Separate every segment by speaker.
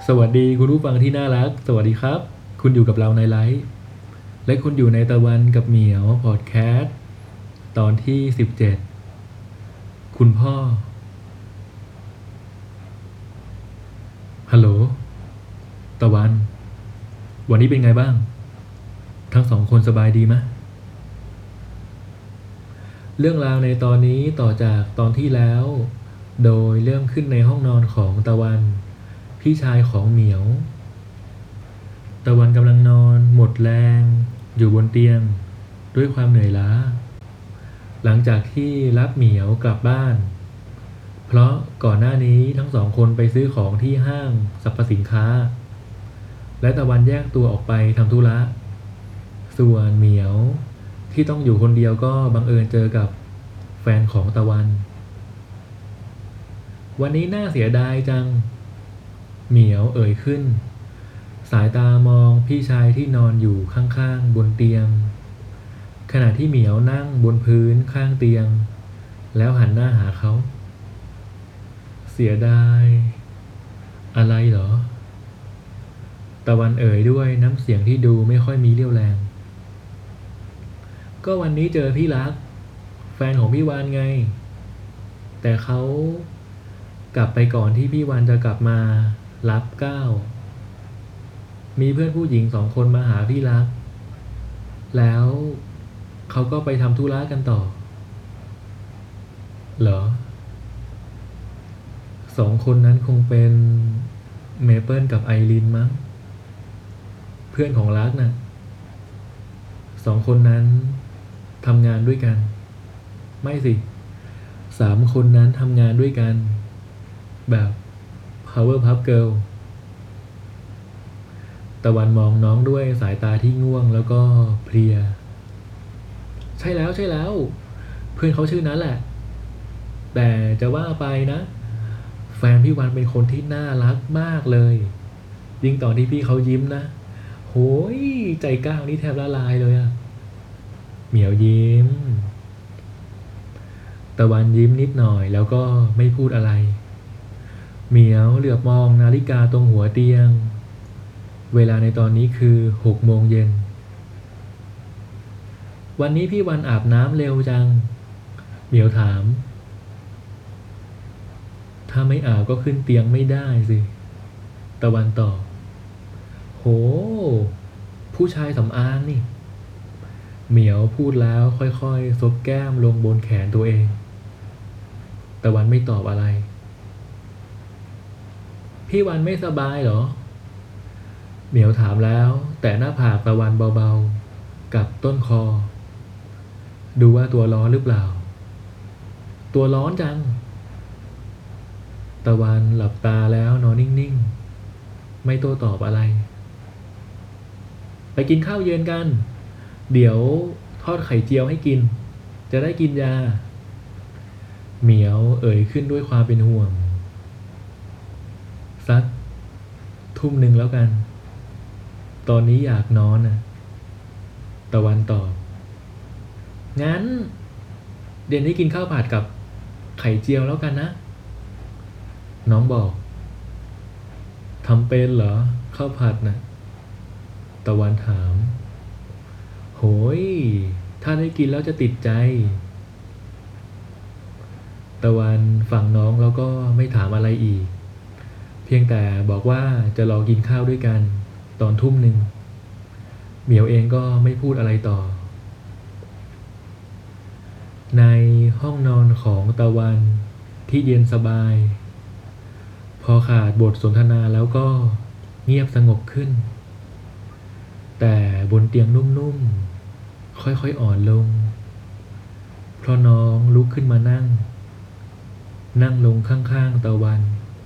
Speaker 1: สวัสดีคุณผู้ฟังที่น่ารักสวัสดีครับคุณอยู่กับเราในไลฟ์และคุณอยู่ในตะวันกับเหมียวพอดแคสต์ตอนที่17คุณพ่อฮัลโหลตะวันวันนี้เป็นไงบ้างทั้งสองคนสบายดีไหมเรื่องราวในตอนนี้ต่อจากตอนที่แล้วโดยเริ่มขึ้นในห้องนอนของตะวันพี่ชายของเหมียวตะวันกำลังนอนหมดแรงอยู่บนเตียงด้วยความเหนื่อยล้า หลังจากที่รับเหมียวกลับบ้านเพราะก่อนหน้านี้ทั้งสองคนไปซื้อของที่ห้างสรรพสินค้าและตะวันแยกตัวออกไปทำธุระส่วนเหมียวที่ต้องอยู่คนเดียวก็บังเอิญเจอกับแฟนของตะวันวันนี้น่าเสียดายจังเหมียวเอ่ยขึ้นสายตามองพี่ชายที่นอนอยู่ข้างๆบนเตียงขณะที่เหมียวนั่งบนพื้นข้างเตียงแล้วหันหน้าหาเขาเสียดายอะไรเหรอตะวันเอ่ยด้วยน้ำเสียงที่ดูไม่ค่อยมีเรี่ยวแรงก็วันนี้เจอพี่รักแฟนของพี่วานไงแต่เขากลับไปก่อนที่พี่วานจะกลับมารับก้าวมีเพื่อนผู้หญิง2 คนมาหาพี่รักแล้วเขาก็ไปทำธุระกันต่อเหรอ2 คนนั้นคงเป็นเมเปิลกับไอรินมั้งเพื่อนของรักน่ะ2 คนนั้นทำงานด้วยกันไม่สิ3 คนนั้นทำงานด้วยกันแบบ Powerpuff Girl ตะวันมองน้องด้วยสายตาที่ง่วงแล้วก็เพลียใช่แล้วใช่แล้วเพื่อนเขาชื่อนั้นแหละแต่จะว่าไปนะแฟนพี่วันเป็นคนที่น่ารักมากเลยยิ่งตอนที่พี่เขายิ้มนะโหยใจก้าวนี่แทบละลายเลยอะเหมียวยิ้มตะวันยิ้มนิดหน่อยแล้วก็ไม่พูดอะไรเหมียวเหลือบมองนาฬิกาตรงหัวเตียงเวลาในตอนนี้คือ6 โมงเย็นวันนี้พี่วันอาบน้ำเร็วจังเหมียวถามถ้าไม่อาบก็ขึ้นเตียงไม่ได้สิตะวันตอบโหผู้ชายสำอางนี่เหมียวพูดแล้วค่อยๆซบแก้มลงบนแขนตัวเองตะวันไม่ตอบอะไรพี่วันไม่สบายเหรอเหมียวถามแล้วแต่หน้าผากตะวันเบาๆกับต้นคอดูว่าตัวร้อนหรือเปล่าตัวร้อนจังตะวันหลับตาแล้วนอนนิ่งๆไม่โต้ตอบอะไรไปกินข้าวเย็นกันเดี๋ยวทอดไข่เจียวให้กินจะได้กินยาเหมียวเอ่ยขึ้นด้วยความเป็นห่วงสัก1 ทุ่มแล้วกันตอนนี้อยากนอนน่ะตะวันตอบงั้นเดี๋ยวนี้กินข้าวผัดกับไข่เจียวแล้วกันนะน้องบอกทำเป็นเหรอข้าวผัดน่ะตะวันถามโหยถ้าได้กินแล้วจะติดใจตะวันฟังน้องแล้วก็ไม่ถามอะไรอีกเพียงแต่บอกว่าจะรอกินข้าวด้วยกันตอน1 ทุ่มเหมียวเองก็ไม่พูดอะไรต่อในห้องนอนของตะวันที่เย็นสบายพอขาดบทสนทนาแล้วก็เงียบสงบขึ้นแต่บนเตียงนุ่มๆค่อยๆอ่อนลงเพราะน้องลุกขึ้นมานั่งลงข้างๆตะวัน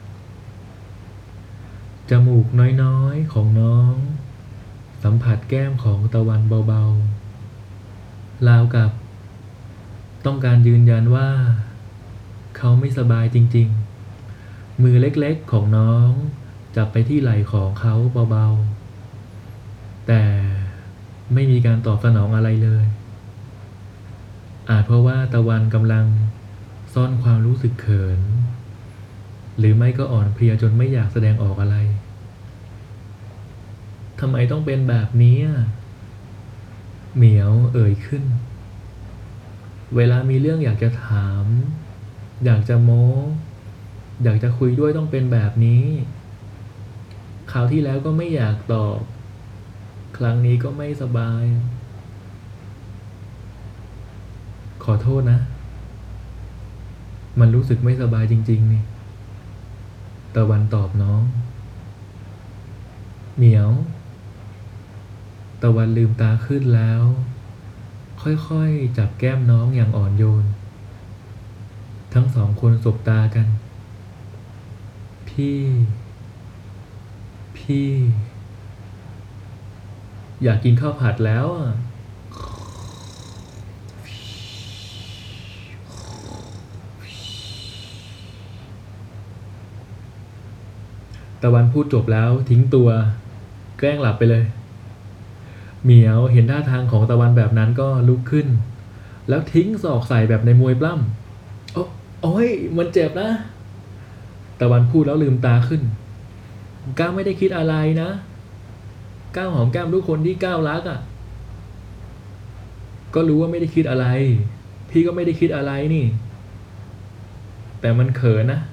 Speaker 1: จมูกน้อยๆของน้องสัมผัสแก้มของตะวันเบาๆราวกับต้องการยืนยันว่าเขาไม่สบายจริงๆมือเล็กๆของน้องจับไปที่ไหล่ของเขาเบาๆแต่ไม่มีการตอบสนองอะไรเลยอาจเพราะว่าตะวันกำลังซ่อนความรู้สึกเขินหรือไม่ก็อ่อนเพลียจนไม่อยากแสดงออกอะไรทำไมต้องเป็นแบบนี้เหมียวเอ่ยขึ้นเวลามีเรื่องอยากจะถามอยากจะโม้อยากจะคุยด้วยต้องเป็นแบบนี้คราวที่แล้วก็ไม่อยากตอบครั้งนี้ก็ไม่สบายขอโทษนะมันรู้สึกไม่สบายจริงๆนี่ตะวันตอบน้องเหมียวตะวันลืมตาขึ้นแล้วค่อยๆจับแก้มน้องอย่างอ่อนโยนทั้งสองคนสบตากันพี่อยากกินข้าวผัดแล้วตะวันพูดจบแล้วทิ้งตัวแกล้งหลับไปเลยเหมียวเห็นท่าทางของตะวันแบบนั้นก็ลุกขึ้นแล้วทิ้งศอกใส่แบบในมวยปล้ำโอ้ยมันเจ็บนะตะวันพูดแล้วลืมตาขึ้นก้าวไม่ได้คิดอะไรนะก้าวหอมแก้มทุกคนที่ก้าวรักก็รู้ว่าไม่ได้คิดอะไรพี่ก็ไม่ได้คิดอะไรนี่แต่มันเขินนะ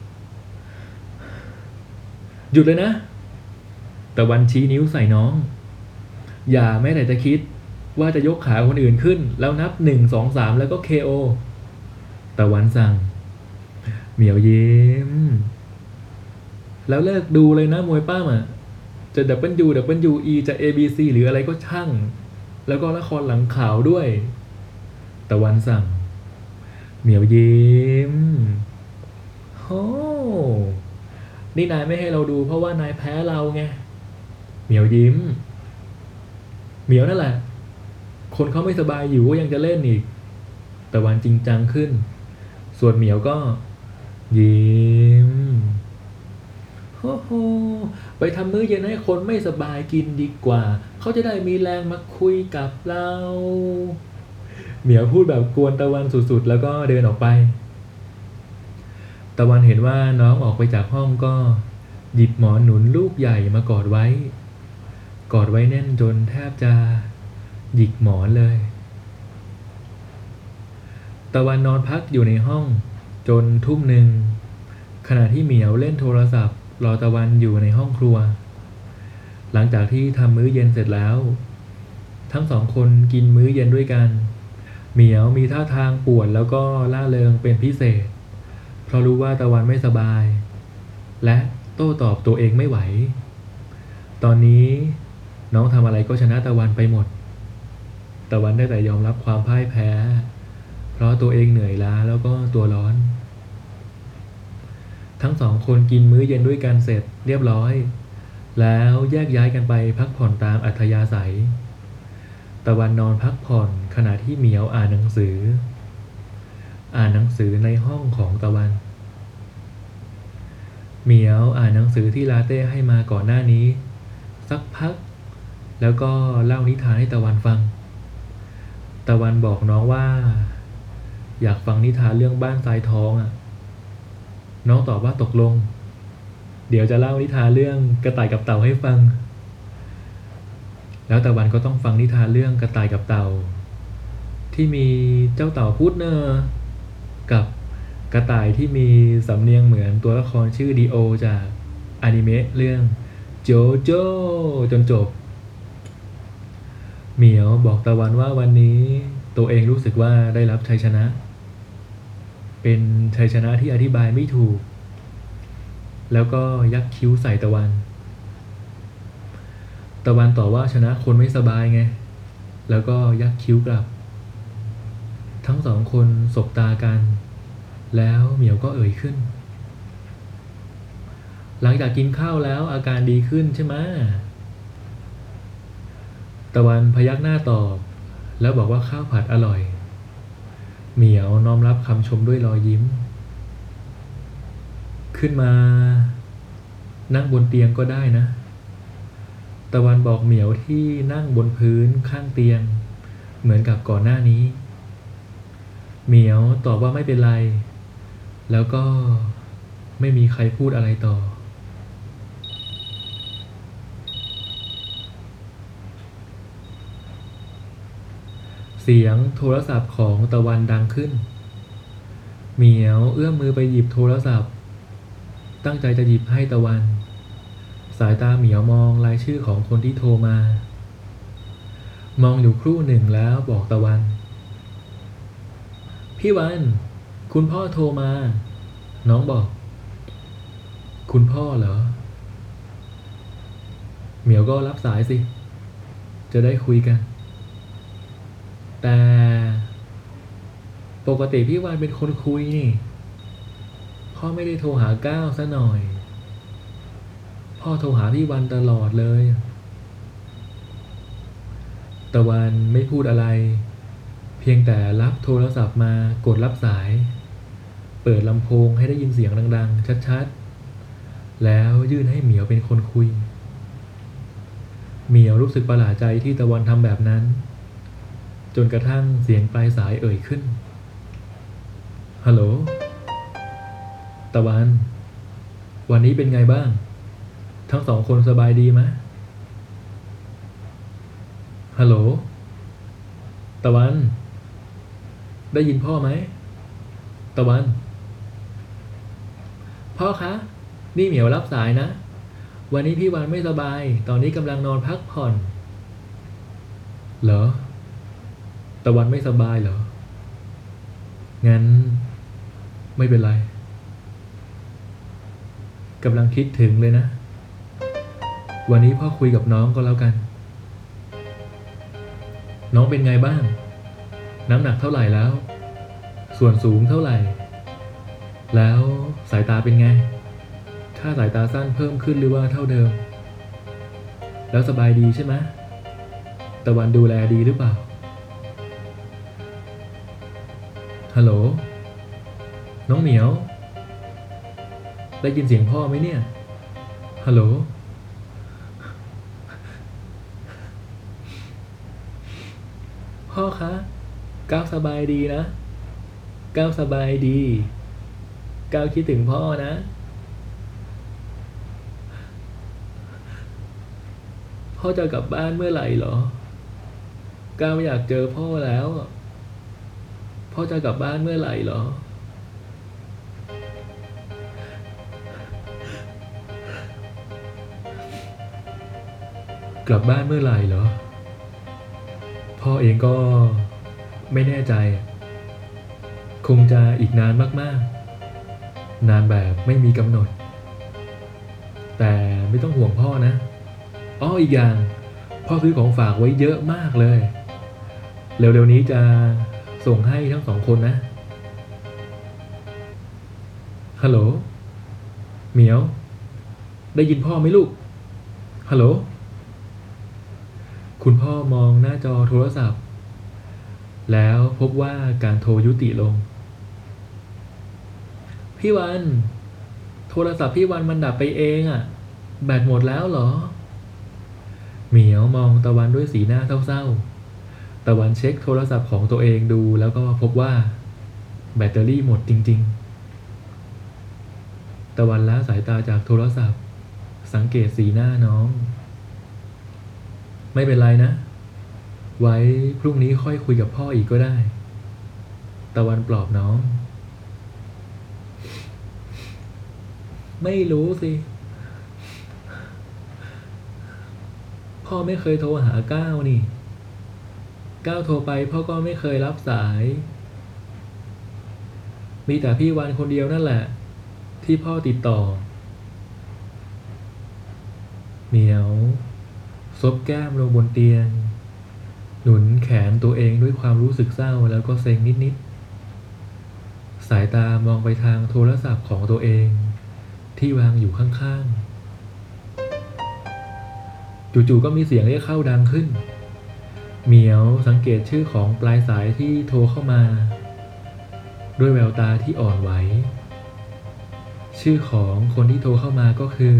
Speaker 1: หยุดเลยนะตะวันชี้นิ้วใส่น้องอย่าแม้แต่จะคิดว่าจะยกขาคนอื่นขึ้นแล้วนับ1 2 3แล้วก็ KO ตะวันสั่งเหมียวยิ้มแล้วเลิกดูเลยนะมวยป้ามจะ WWE จะ ABC หรืออะไรก็ช่างแล้วก็ละครหลังข่าวด้วยตะวันสั่งเหมียวยิ้มโอ้นี่นายไม่ให้เราดูเพราะว่านายแพ้เราไงเหมียวยิ้มเหมียวนั่นแหละคนเขาไม่สบายอยู่ก็ยังจะเล่นอีกตะวันจริงจังขึ้นส่วนเหมียวก็ยิ้มโอ้โหไปทำมื้อเย็นให้คนไม่สบายกินดีกว่าเขาจะได้มีแรงมาคุยกับเราเหมียวพูดแบบกวนตะวันสุดๆแล้วก็เดินออกไปตะวันเห็นว่าน้องออกไปจากห้องก็หยิบหมอนหนุนลูกใหญ่มากอดไว้แน่นจนแทบจะหยิกหมอนเลยตะวันนอนพักอยู่ในห้องจน1 ทุ่มขณะที่เหมียวเล่นโทรศัพท์รอตะวันอยู่ในห้องครัวหลังจากที่ทำมื้อเย็นเสร็จแล้วทั้งสองคนกินมื้อเย็นด้วยกันเหมียวมีท่าทางป่วนแล้วก็ล่าเริงเป็นพิเศษเพราะรู้ว่าตะวันไม่สบายและโต้ตอบตัวเองไม่ไหวตอนนี้น้องทำอะไรก็ชนะตะวันไปหมดตะวันได้แต่ยอมรับความพ่ายแพ้เพราะตัวเองเหนื่อยล้าแล้วก็ตัวร้อนทั้งสองคนกินมื้อเย็นด้วยกันเสร็จเรียบร้อยแล้วแยกย้ายกันไปพักผ่อนตามอัธยาศัยตะวันนอนพักผ่อนขณะที่เหมียวอ่านหนังสือในห้องของตะวันเหมียวอ่านหนังสือที่ลาเต้ให้มาก่อนหน้านี้สักพักแล้วก็เล่านิทานให้ตะวันฟังตะวันบอกน้องว่าอยากฟังนิทานเรื่องบ้านทรายทองน้องตอบว่าตกลงเดี๋ยวจะเล่านิทานเรื่องกระต่ายกับเต่าให้ฟังแล้วตะวันก็ต้องฟังนิทานเรื่องกระต่ายกับเต่าที่มีเจ้าเต่าพูดเนอกับกระต่ายที่มีสำเนียงเหมือนตัวละครชื่อดีโอจากอนิเมะเรื่องโจโจ้จนจบเหมียวบอกตะวันว่าวันนี้ตัวเองรู้สึกว่าได้รับชัยชนะเป็นชัยชนะที่อธิบายไม่ถูกแล้วก็ยักคิ้วใส่ตะวันตอบว่าชนะคนไม่สบายไงแล้วก็ยักคิ้วกลับทั้งสองคนสบตากันแล้วเหมียวก็เอ่ยขึ้นหลังจากกินข้าวแล้วอาการดีขึ้นใช่ไหมตะวันพยักหน้าตอบแล้วบอกว่าข้าวผัดอร่อยเหมียวน้อมรับคำชมด้วยรอยยิ้มขึ้นมานั่งบนเตียงก็ได้นะตะวันบอกเหมียวที่นั่งบนพื้นข้างเตียงเหมือนกับก่อนหน้านี้เหมียวตอบว่าไม่เป็นไรแล้วก็ไม่มีใครพูดอะไรต่อเสียงโทรศัพท์ของตะวันดังขึ้นเหมียวเอื้อมมือไปหยิบโทรศัพท์ตั้งใจจะหยิบให้ตะวันสายตาเหมียวมองรายชื่อของคนที่โทรมามองอยู่ครู่หนึ่งแล้วบอกตะวันพี่วันคุณพ่อโทรมาน้องบอกคุณพ่อเหรอเหมียวก็รับสายสิจะได้คุยกันแต่ปกติพี่วันเป็นคนคุยนี่พ่อไม่ได้โทรหาก้าวซะหน่อยพ่อโทรหาพี่วันตลอดเลยตะวันไม่พูดอะไรเพียงแต่รับโทรศัพท์มากดรับสายเปิดลำโพงให้ได้ยินเสียงดังๆชัดๆแล้วยื่นให้เหมียวเป็นคนคุยเหมียวรู้สึกประหลาดใจที่ตะวันทำแบบนั้นจนกระทั่งเสียงปลายสายเอ่ยขึ้นฮัลโหลตะวันวันนี้เป็นไงบ้างทั้งสองคนสบายดีไหมฮัลโหลตะวันได้ยินพ่อไหมตะวันพ่อคะนี่เหมียวรับสายนะวันนี้พี่วันไม่สบายตอนนี้กำลังนอนพักผ่อนเหรอตะวันไม่สบายเหรองั้นไม่เป็นไรกำลังคิดถึงเลยนะวันนี้พ่อคุยกับน้องก็แล้วกันน้องเป็นไงบ้างน้ำหนักเท่าไหร่แล้วส่วนสูงเท่าไหร่แล้วสายตาเป็นไงค่าสายตาสั้นเพิ่มขึ้นหรือว่าเท่าเดิมแล้วสบายดีใช่ไหมตะวันดูแลดีหรือเปล่าฮัลโหลน้องเหมียวได้ยินเสียงพ่อไหมเนี่ยฮัลโหลพ่อคะก้าวสบายดีนะก้าวสบายดีก้าวคิดถึงพ่อนะพ่อจะกลับบ้านเมื่อไหร่เหรอก้าวอยากเจอพ่อแล้วพ่อจะกลับบ้านเมื่อไหร่เหรอกลับบ้านเมื่อไหร่เหรอพ่อเองก็ไม่แน่ใจคงจะอีกนานมากๆนานแบบไม่มีกำหนดแต่ไม่ต้องห่วงพ่อนะอ้ออีกอย่างพ่อซื้อของฝากไว้เยอะมากเลยเร็วๆนี้จะส่งให้ทั้งสองคนนะฮัลโหลเหมียวได้ยินพ่อไหมลูกฮัลโหลคุณพ่อมองหน้าจอโทรศัพท์แล้วพบว่าการโทรยุติลงพี่วันโทรศัพท์พี่วันมันดับไปเองอ่ะแบตหมดแล้วเหรอเหมียวมองตะวันด้วยสีหน้าเศร้าๆตะวันเช็คโทรศัพท์ของตัวเองดูแล้วก็พบว่าแบตเตอรี่หมดจริงๆตะวันละสายตาจากโทรศัพท์สังเกตสีหน้าน้องไม่เป็นไรนะไว้พรุ่งนี้ค่อยคุยกับพ่ออีกก็ได้ตะวันปลอบน้องไม่รู้สิพ่อไม่เคยโทรหาก้าวนี่ก้าวโทรไปพ่อก็ไม่เคยรับสายมีแต่พี่วันคนเดียวนั่นแหละที่พ่อติดต่อเหมียวซบแก้มลงบนเตียงหนุนแขนตัวเองด้วยความรู้สึกเศร้าแล้วก็เซ็งนิดๆสายตามองไปทางโทรศัพท์ของตัวเองที่วางอยู่ข้างๆจู่ๆก็มีเสียงเรียกเข้าดังขึ้นเหมียวสังเกตชื่อของปลายสายที่โทรเข้ามาด้วยแววตาที่อ่อนไหวชื่อของคนที่โทรเข้ามาก็คือ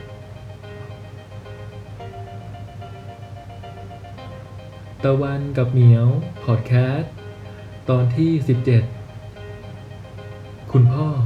Speaker 1: ตะวันกับเหมียวพอดแคสต์ตอนที่17คุณพ่อ